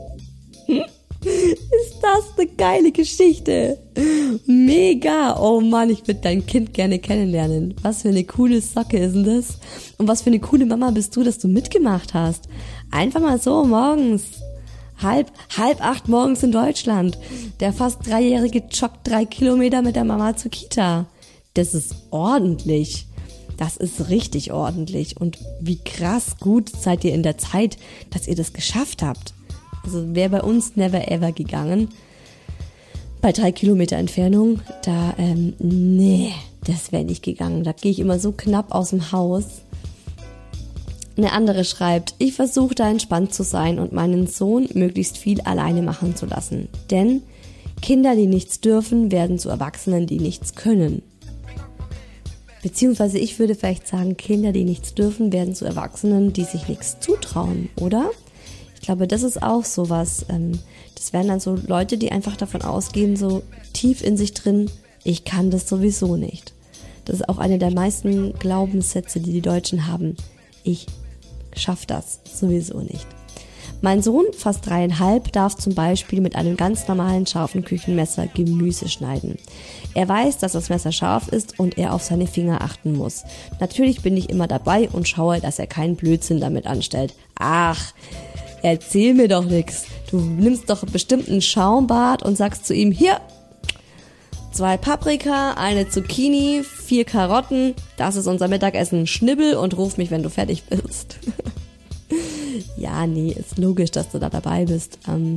das eine geile Geschichte. Mega. Oh Mann, ich würde dein Kind gerne kennenlernen. Was für eine coole Socke ist denn das? Und was für eine coole Mama bist du, dass du mitgemacht hast. Einfach mal so morgens. Halb 8 morgens in Deutschland. Der fast 3-Jährige joggt 3 Kilometer mit der Mama zur Kita. Das ist ordentlich. Das ist richtig ordentlich. Und wie krass gut seid ihr in der Zeit, dass ihr das geschafft habt. Also wäre bei uns never ever gegangen. Bei 3 Kilometer Entfernung, da, nee, das wäre nicht gegangen. Da gehe ich immer so knapp aus dem Haus. Eine andere schreibt, ich versuche da entspannt zu sein und meinen Sohn möglichst viel alleine machen zu lassen. Denn Kinder, die nichts dürfen, werden zu Erwachsenen, die nichts können. Beziehungsweise ich würde vielleicht sagen, Kinder, die nichts dürfen, werden zu Erwachsenen, die sich nichts zutrauen, oder? Ich glaube, das ist auch sowas. Das wären dann so Leute, die einfach davon ausgehen, so tief in sich drin, ich kann das sowieso nicht. Das ist auch eine der meisten Glaubenssätze, die die Deutschen haben. Ich schaff das sowieso nicht. Mein Sohn, fast 3,5, darf zum Beispiel mit einem ganz normalen scharfen Küchenmesser Gemüse schneiden. Er weiß, dass das Messer scharf ist und er auf seine Finger achten muss. Natürlich bin ich immer dabei und schaue, dass er keinen Blödsinn damit anstellt. Ach, erzähl mir doch nix. Du nimmst doch bestimmt ein Schaumbad und sagst zu ihm, hier, 2 Paprika, 1 Zucchini, 4 Karotten, das ist unser Mittagessen, schnibbel und ruf mich, wenn du fertig bist. Ja, nee, ist logisch, dass du da dabei bist.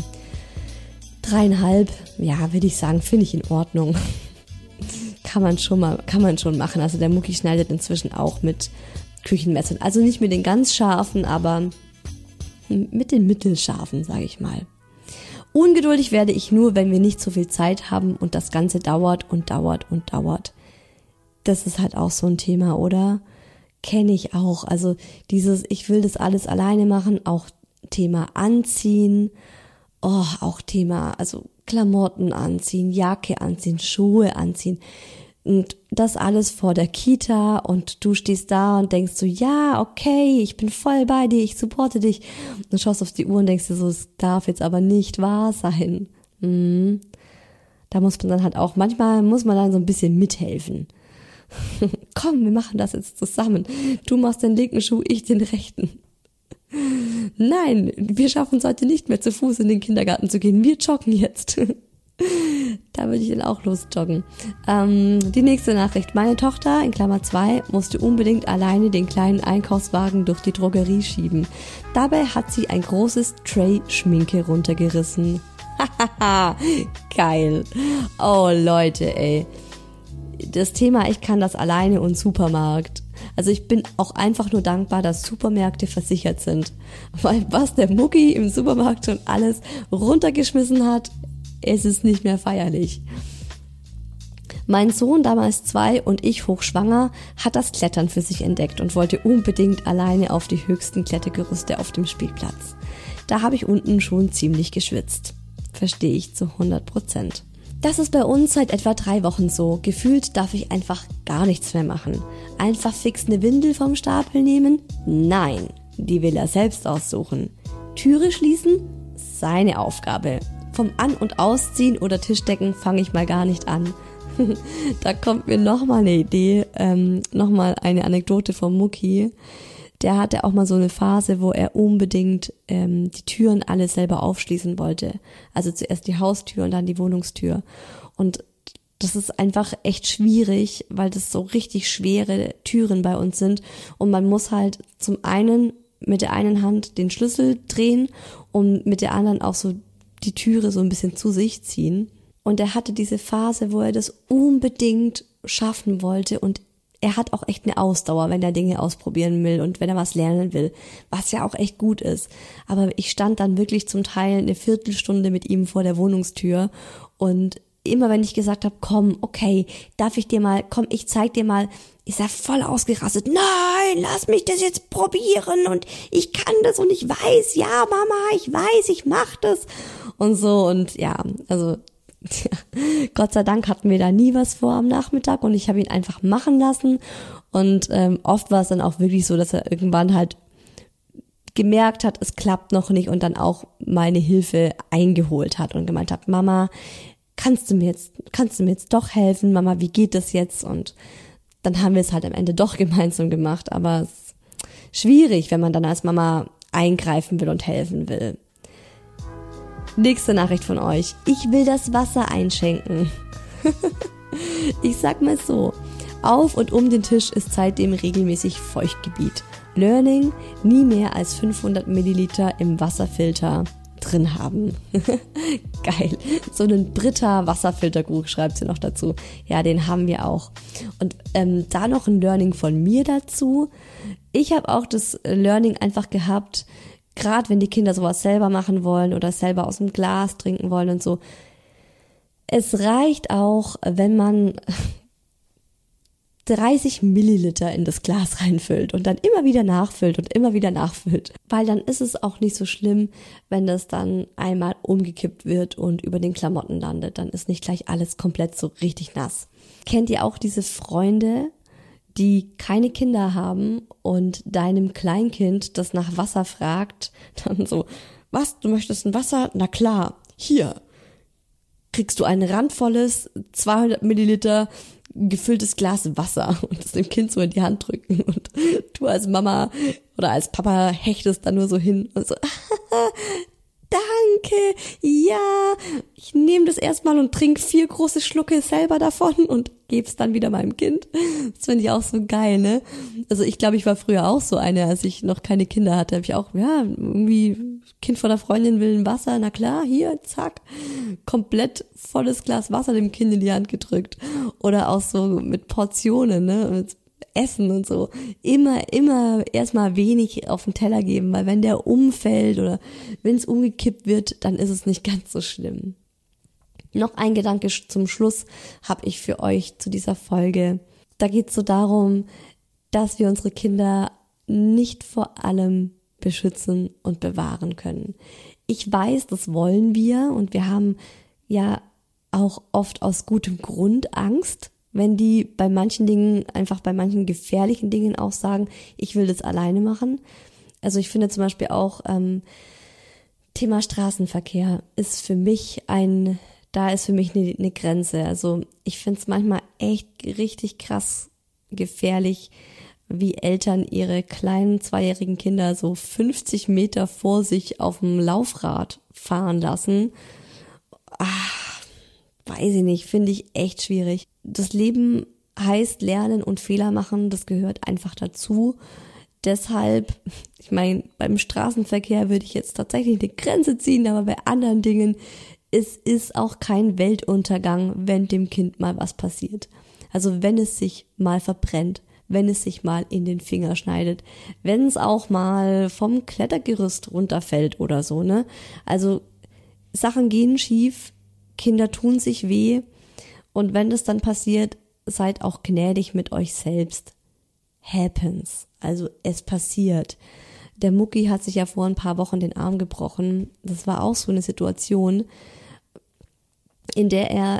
3,5, ja, würde ich sagen, finde ich in Ordnung. Kann man schon machen. Also der Mucki schneidet inzwischen auch mit Küchenmessern. Also nicht mit den ganz scharfen, aber mit den mittelscharfen, sage ich mal. Ungeduldig werde ich nur, wenn wir nicht so viel Zeit haben und das Ganze dauert und dauert und dauert. Das ist halt auch so ein Thema, oder? Kenne ich auch. Also dieses, ich will das alles alleine machen, auch Thema Anziehen, auch Thema, also Klamotten anziehen, Jacke anziehen, Schuhe anziehen und das alles vor der Kita und du stehst da und denkst so, ja, okay, ich bin voll bei dir, ich supporte dich und schaust auf die Uhr und denkst dir so, es darf jetzt aber nicht wahr sein. Da muss man dann halt auch, manchmal muss man dann so ein bisschen mithelfen. Komm, wir machen das jetzt zusammen. Du machst den linken Schuh, ich den rechten. Nein, wir schaffen es heute nicht mehr zu Fuß in den Kindergarten zu gehen. Wir joggen jetzt. Da würde ich dann auch losjoggen. Die nächste Nachricht. Meine Tochter, in Klammer 2, musste unbedingt alleine den kleinen Einkaufswagen durch die Drogerie schieben. Dabei hat sie ein großes Tray Schminke runtergerissen. Hahaha, geil. Oh Leute, ey. Das Thema, ich kann das alleine und Supermarkt. Also ich bin auch einfach nur dankbar, dass Supermärkte versichert sind. Weil was der Mucki im Supermarkt schon alles runtergeschmissen hat, es ist nicht mehr feierlich. Mein Sohn, damals 2 und ich hochschwanger, hat das Klettern für sich entdeckt und wollte unbedingt alleine auf die höchsten Klettergerüste auf dem Spielplatz. Da habe ich unten schon ziemlich geschwitzt. Verstehe ich zu 100%. Das ist bei uns seit etwa 3 Wochen so. Gefühlt darf ich einfach gar nichts mehr machen. Einfach fix eine Windel vom Stapel nehmen? Nein, die will er selbst aussuchen. Türe schließen? Seine Aufgabe. Vom An- und Ausziehen oder Tischdecken fange ich mal gar nicht an. Da kommt mir nochmal eine Idee, nochmal eine Anekdote vom Mucki. Der hatte auch mal so eine Phase, wo er unbedingt die Türen alle selber aufschließen wollte. Also zuerst die Haustür und dann die Wohnungstür. Und das ist einfach echt schwierig, weil das so richtig schwere Türen bei uns sind. Und man muss halt zum einen mit der einen Hand den Schlüssel drehen und mit der anderen auch so die Türe so ein bisschen zu sich ziehen. Und er hatte diese Phase, wo er das unbedingt schaffen wollte und er hat auch echt eine Ausdauer, wenn er Dinge ausprobieren will und wenn er was lernen will, was ja auch echt gut ist. Aber ich stand dann wirklich zum Teil eine Viertelstunde mit ihm vor der Wohnungstür und immer wenn ich gesagt habe, komm, okay, ich zeig dir mal, ist er voll ausgerastet. Nein, lass mich das jetzt probieren und ich kann das und ich weiß, ja Mama, ich weiß, ich mach das und so und ja, also Gott sei Dank hatten wir da nie was vor am Nachmittag und ich habe ihn einfach machen lassen und oft war es dann auch wirklich so, dass er irgendwann halt gemerkt hat, es klappt noch nicht und dann auch meine Hilfe eingeholt hat und gemeint hat, Mama, kannst du mir jetzt doch helfen? Mama, wie geht das jetzt? Und dann haben wir es halt am Ende doch gemeinsam gemacht, aber es ist schwierig, wenn man dann als Mama eingreifen will und helfen will. Nächste Nachricht von euch. Ich will das Wasser einschenken. Ich sag mal so, auf und um den Tisch ist seitdem regelmäßig Feuchtgebiet. Learning, nie mehr als 500 Milliliter im Wasserfilter drin haben. Geil. So einen Brita Wasserfilterkrug schreibt sie noch dazu. Ja, den haben wir auch. Und da noch ein Learning von mir dazu. Ich habe auch das Learning einfach gehabt, gerade wenn die Kinder sowas selber machen wollen oder selber aus dem Glas trinken wollen und so. Es reicht auch, wenn man 30 Milliliter in das Glas reinfüllt und dann immer wieder nachfüllt und immer wieder nachfüllt. Weil dann ist es auch nicht so schlimm, wenn das dann einmal umgekippt wird und über den Klamotten landet. Dann ist nicht gleich alles komplett so richtig nass. Kennt ihr auch diese Freunde, die keine Kinder haben und deinem Kleinkind, das nach Wasser fragt, dann so, was, du möchtest ein Wasser? Na klar, hier. Kriegst du ein randvolles 200 Milliliter gefülltes Glas Wasser und es dem Kind so in die Hand drücken und du als Mama oder als Papa hechtest dann nur so hin und so, danke, ja, ich nehme das erstmal und trinke 4 große Schlucke selber davon und geb's dann wieder meinem Kind. Das finde ich auch so geil, ne? Also ich glaube, ich war früher auch so eine, als ich noch keine Kinder hatte, habe ich auch, ja, irgendwie Kind von der Freundin will ein Wasser, na klar, hier, zack, komplett volles Glas Wasser dem Kind in die Hand gedrückt. Oder auch so mit Portionen, ne, mit Essen und so. Immer erstmal wenig auf den Teller geben, weil wenn der umfällt oder wenn es umgekippt wird, dann ist es nicht ganz so schlimm. Noch ein Gedanke zum Schluss habe ich für euch zu dieser Folge. Da geht es so darum, dass wir unsere Kinder nicht vor allem beschützen und bewahren können. Ich weiß, das wollen wir und wir haben ja auch oft aus gutem Grund Angst, wenn die bei manchen Dingen, einfach bei manchen gefährlichen Dingen auch sagen, ich will das alleine machen. Also ich finde zum Beispiel auch Thema Straßenverkehr ist für mich eine Grenze. Also ich finde es manchmal echt richtig krass gefährlich, wie Eltern ihre kleinen 2-jährigen Kinder so 50 Meter vor sich auf dem Laufrad fahren lassen. Weiß ich nicht, finde ich echt schwierig. Das Leben heißt lernen und Fehler machen, das gehört einfach dazu. Deshalb, ich meine, beim Straßenverkehr würde ich jetzt tatsächlich eine Grenze ziehen, aber bei anderen Dingen, es ist auch kein Weltuntergang, wenn dem Kind mal was passiert. Also wenn es sich mal verbrennt, wenn es sich mal in den Finger schneidet, wenn es auch mal vom Klettergerüst runterfällt oder so, ne? Also Sachen gehen schief, Kinder tun sich weh und wenn das dann passiert, seid auch gnädig mit euch selbst. Happens, also es passiert. Der Mucki hat sich ja vor ein paar Wochen den Arm gebrochen. Das war auch so eine Situation, in der er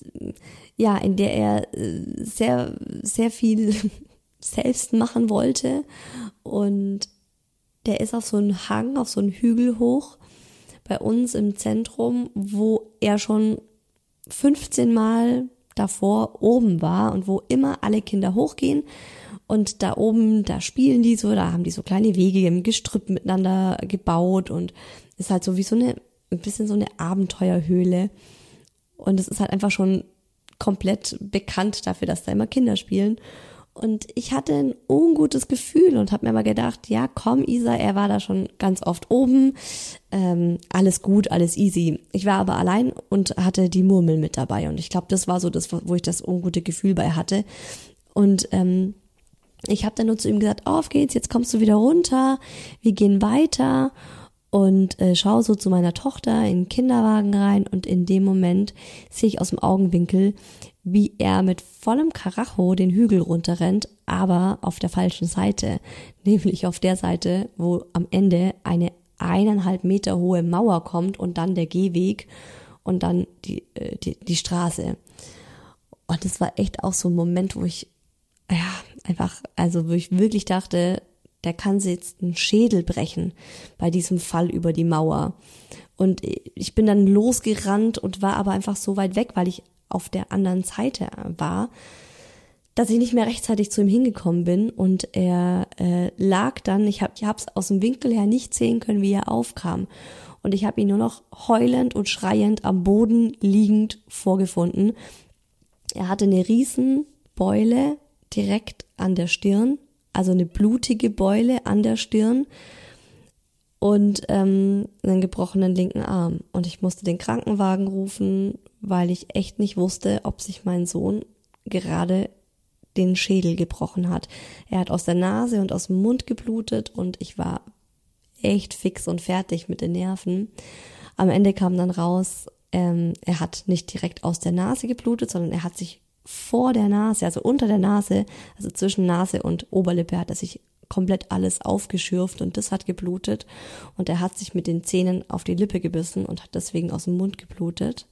sehr, sehr viel selbst machen wollte und der ist auf so einen Hang, auf so einen Hügel hoch bei uns im Zentrum, wo er schon 15 Mal davor oben war und wo immer alle Kinder hochgehen und da oben, da spielen die so, da haben die so kleine Wege im Gestrüpp miteinander gebaut und ist halt so wie so ein bisschen so eine Abenteuerhöhle und es ist halt einfach schon komplett bekannt dafür, dass da immer Kinder spielen. Und ich hatte ein ungutes Gefühl und habe mir aber gedacht, ja komm Isa, er war da schon ganz oft oben, alles gut, alles easy. Ich war aber allein und hatte die Murmel mit dabei und ich glaube, das war so das, wo ich das ungute Gefühl bei hatte. Und ich habe dann nur zu ihm gesagt, auf geht's, jetzt kommst du wieder runter, wir gehen weiter und schau so zu meiner Tochter in den Kinderwagen rein und in dem Moment sehe ich aus dem Augenwinkel, wie er mit vollem Karacho den Hügel runterrennt, aber auf der falschen Seite, nämlich auf der Seite, wo am Ende eine 1,5 Meter hohe Mauer kommt und dann der Gehweg und dann die Straße. Und das war echt auch so ein Moment, wo ich wo ich wirklich dachte, der kann sich jetzt einen Schädel brechen bei diesem Fall über die Mauer. Und ich bin dann losgerannt und war aber einfach so weit weg, weil ich auf der anderen Seite war, dass ich nicht mehr rechtzeitig zu ihm hingekommen bin. Und er lag dann, ich hab's aus dem Winkel her nicht sehen können, wie er aufkam. Und ich habe ihn nur noch heulend und schreiend am Boden liegend vorgefunden. Er hatte eine Riesenbeule direkt an der Stirn, also eine blutige Beule an der Stirn und einen gebrochenen linken Arm. Und ich musste den Krankenwagen rufen, weil ich echt nicht wusste, ob sich mein Sohn gerade den Schädel gebrochen hat. Er hat aus der Nase und aus dem Mund geblutet und ich war echt fix und fertig mit den Nerven. Am Ende kam dann raus, er hat nicht direkt aus der Nase geblutet, sondern er hat sich vor der Nase, also unter der Nase, also zwischen Nase und Oberlippe hat er sich komplett alles aufgeschürft und das hat geblutet und er hat sich mit den Zähnen auf die Lippe gebissen und hat deswegen aus dem Mund geblutet.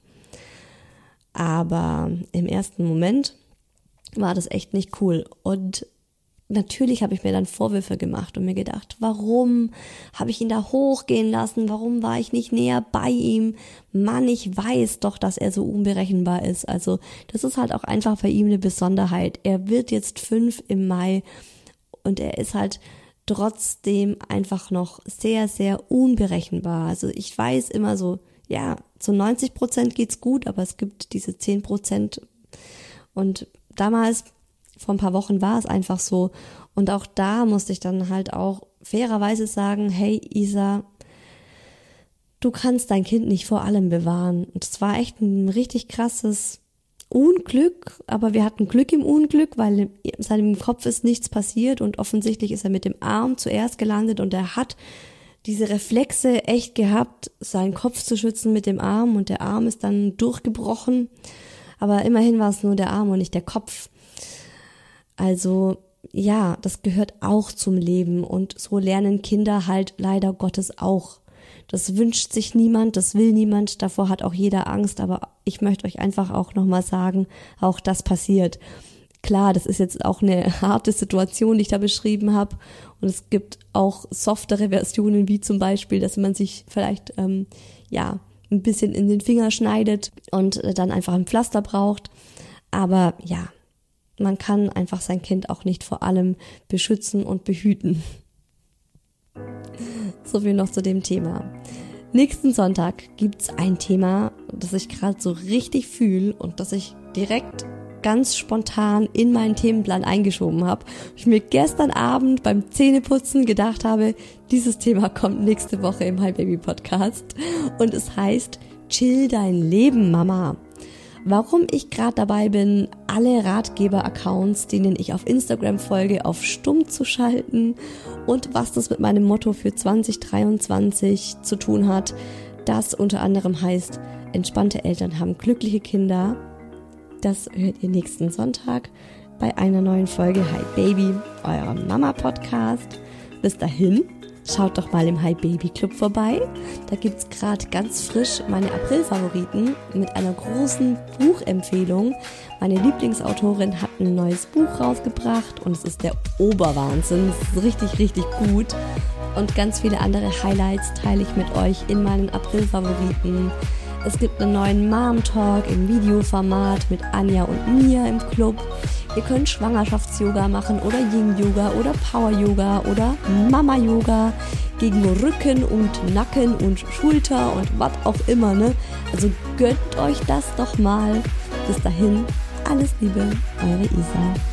Aber im ersten Moment war das echt nicht cool und natürlich habe ich mir dann Vorwürfe gemacht und mir gedacht, warum habe ich ihn da hochgehen lassen? Warum war ich nicht näher bei ihm? Mann, ich weiß doch, dass er so unberechenbar ist. Also das ist halt auch einfach bei ihm eine Besonderheit. Er wird jetzt 5 im Mai und er ist halt trotzdem einfach noch sehr, sehr unberechenbar. Also ich weiß immer so, ja, zu 90% geht's gut, aber es gibt diese 10% und damals vor ein paar Wochen war es einfach so. Und auch da musste ich dann halt auch fairerweise sagen, hey Isa, du kannst dein Kind nicht vor allem bewahren. Und es war echt ein richtig krasses Unglück, aber wir hatten Glück im Unglück, weil in seinem Kopf ist nichts passiert und offensichtlich ist er mit dem Arm zuerst gelandet und er hat diese Reflexe echt gehabt, seinen Kopf zu schützen mit dem Arm und der Arm ist dann durchgebrochen. Aber immerhin war es nur der Arm und nicht der Kopf. Also ja, das gehört auch zum Leben und so lernen Kinder halt leider Gottes auch. Das wünscht sich niemand, das will niemand, davor hat auch jeder Angst, aber ich möchte euch einfach auch nochmal sagen, auch das passiert. Klar, das ist jetzt auch eine harte Situation, die ich da beschrieben habe und es gibt auch softere Versionen, wie zum Beispiel, dass man sich vielleicht ein bisschen in den Finger schneidet und dann einfach ein Pflaster braucht, aber ja, man kann einfach sein Kind auch nicht vor allem beschützen und behüten. So viel noch zu dem Thema. Nächsten Sonntag gibt's ein Thema, das ich gerade so richtig fühle und das ich direkt ganz spontan in meinen Themenplan eingeschoben habe. Ich mir gestern Abend beim Zähneputzen gedacht habe, dieses Thema kommt nächste Woche im Hi Baby Podcast und es heißt Chill dein Leben, Mama. Warum ich gerade dabei bin, alle Ratgeber-Accounts, denen ich auf Instagram folge, auf stumm zu schalten und was das mit meinem Motto für 2023 zu tun hat, das unter anderem heißt, entspannte Eltern haben glückliche Kinder. Das hört ihr nächsten Sonntag bei einer neuen Folge Hi Baby, eurem Mama-Podcast. Bis dahin, schaut doch mal im Hi Baby Club vorbei. Da gibt's gerade ganz frisch meine April-Favoriten mit einer großen Buchempfehlung. Meine Lieblingsautorin hat ein neues Buch rausgebracht und es ist der Oberwahnsinn. Es ist richtig, richtig gut. Und ganz viele andere Highlights teile ich mit euch in meinen April-Favoriten. Es gibt einen neuen Mom-Talk im Videoformat mit Anja und Mia im Club. Ihr könnt Schwangerschafts-Yoga machen oder Yin-Yoga oder Power-Yoga oder Mama-Yoga gegen Rücken und Nacken und Schulter und was auch immer, ne? Also gönnt euch das doch mal. Bis dahin, alles Liebe, eure Isa.